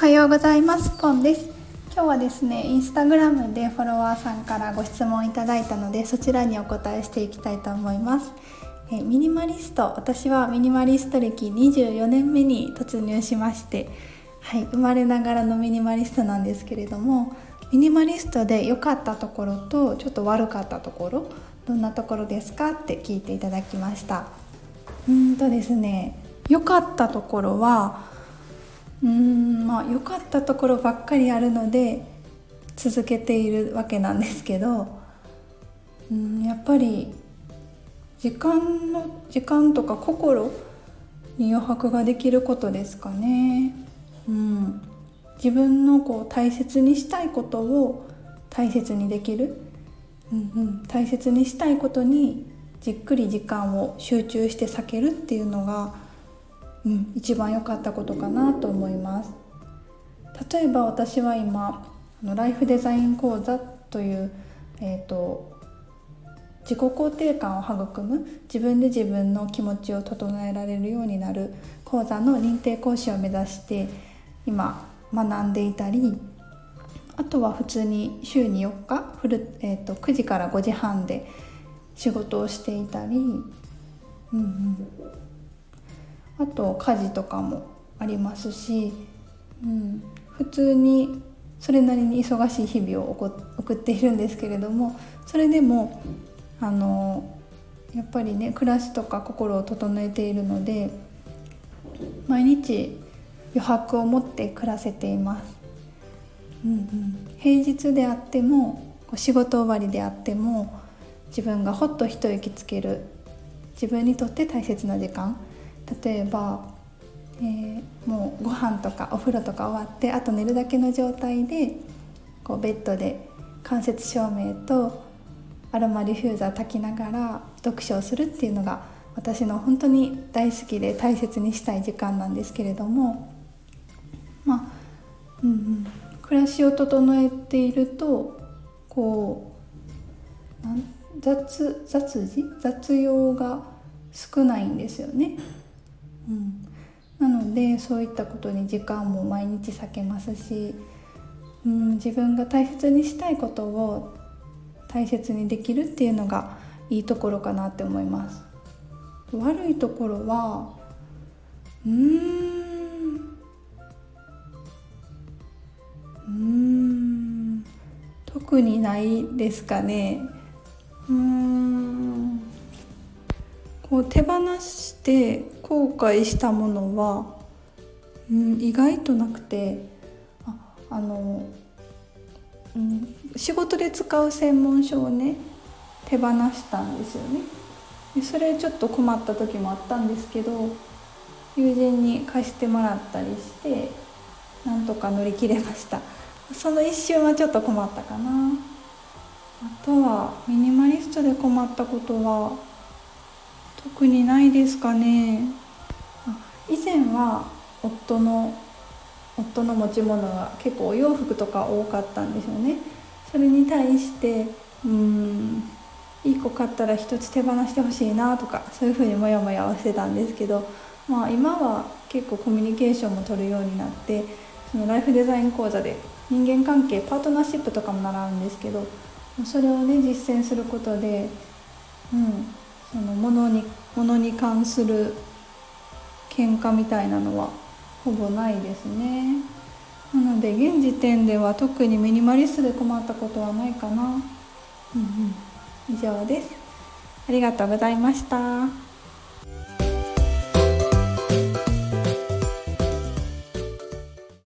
はようございます。ポンです。今日はですね、インスタグラムでフォロワーさんからご質問いただいたので、そちらにお答えしていきたいと思います。ミニマリスト、私はミニマリスト歴24年目に突入しまして、生まれながらのミニマリストなんですけれども、ミニマリストで良かったところとちょっと悪かったところ、どんなところですかって聞いていただきました。ですね、良かったところは良かったところばっかりあるので続けているわけなんですけど、やっぱり時間とか心に余白ができることですかね。自分の大切にしたいことを大切にできる、大切にしたいことにじっくり時間を集中して割けるっていうのが、一番良かったことかなと思います。例えば私は今ライフデザイン講座という、自己肯定感を育む、自分で自分の気持ちを整えられるようになる講座の認定講師を目指して今学んでいたり、あとは普通に週に4日9時から5時半で仕事をしていたり、あと家事とかもありますし、普通にそれなりに忙しい日々を送っているんですけれども、それでもやっぱりね、暮らしとか心を整えているので毎日余白を持って暮らせています。平日であっても仕事終わりであっても自分がほっと一息つける、自分にとって大切な時間、例えば、もうご飯とかお風呂とか終わってあと寝るだけの状態でベッドで間接照明とアロマディフューザー焚きながら読書をするっていうのが私の本当に大好きで大切にしたい時間なんですけれども、暮らしを整えていると雑用が少ないんですよね。なのでそういったことに時間も毎日割けますし、自分が大切にしたいことを大切にできるっていうのがいいところかなって思います。悪いところは特にないですかね。手放して後悔したものは、意外となくて、仕事で使う専門書をね手放したんですよね。でそれちょっと困った時もあったんですけど、友人に貸してもらったりしてなんとか乗り切れました。その一瞬はちょっと困ったかな。あとはミニマリストで困ったことは特にないですかね。以前は夫の持ち物が結構お洋服とか多かったんですよね。それに対していい子買ったら一つ手放してほしいなとか、そういうふうにモヤモヤはしてたんですけど、今は結構コミュニケーションも取るようになって、そのライフデザイン講座で人間関係、パートナーシップとかも習うんですけど、それをね実践することで、その物に関する喧嘩みたいなのはほぼないですね。なので現時点では特にミニマリストで困ったことはないかな。以上です。ありがとうございました。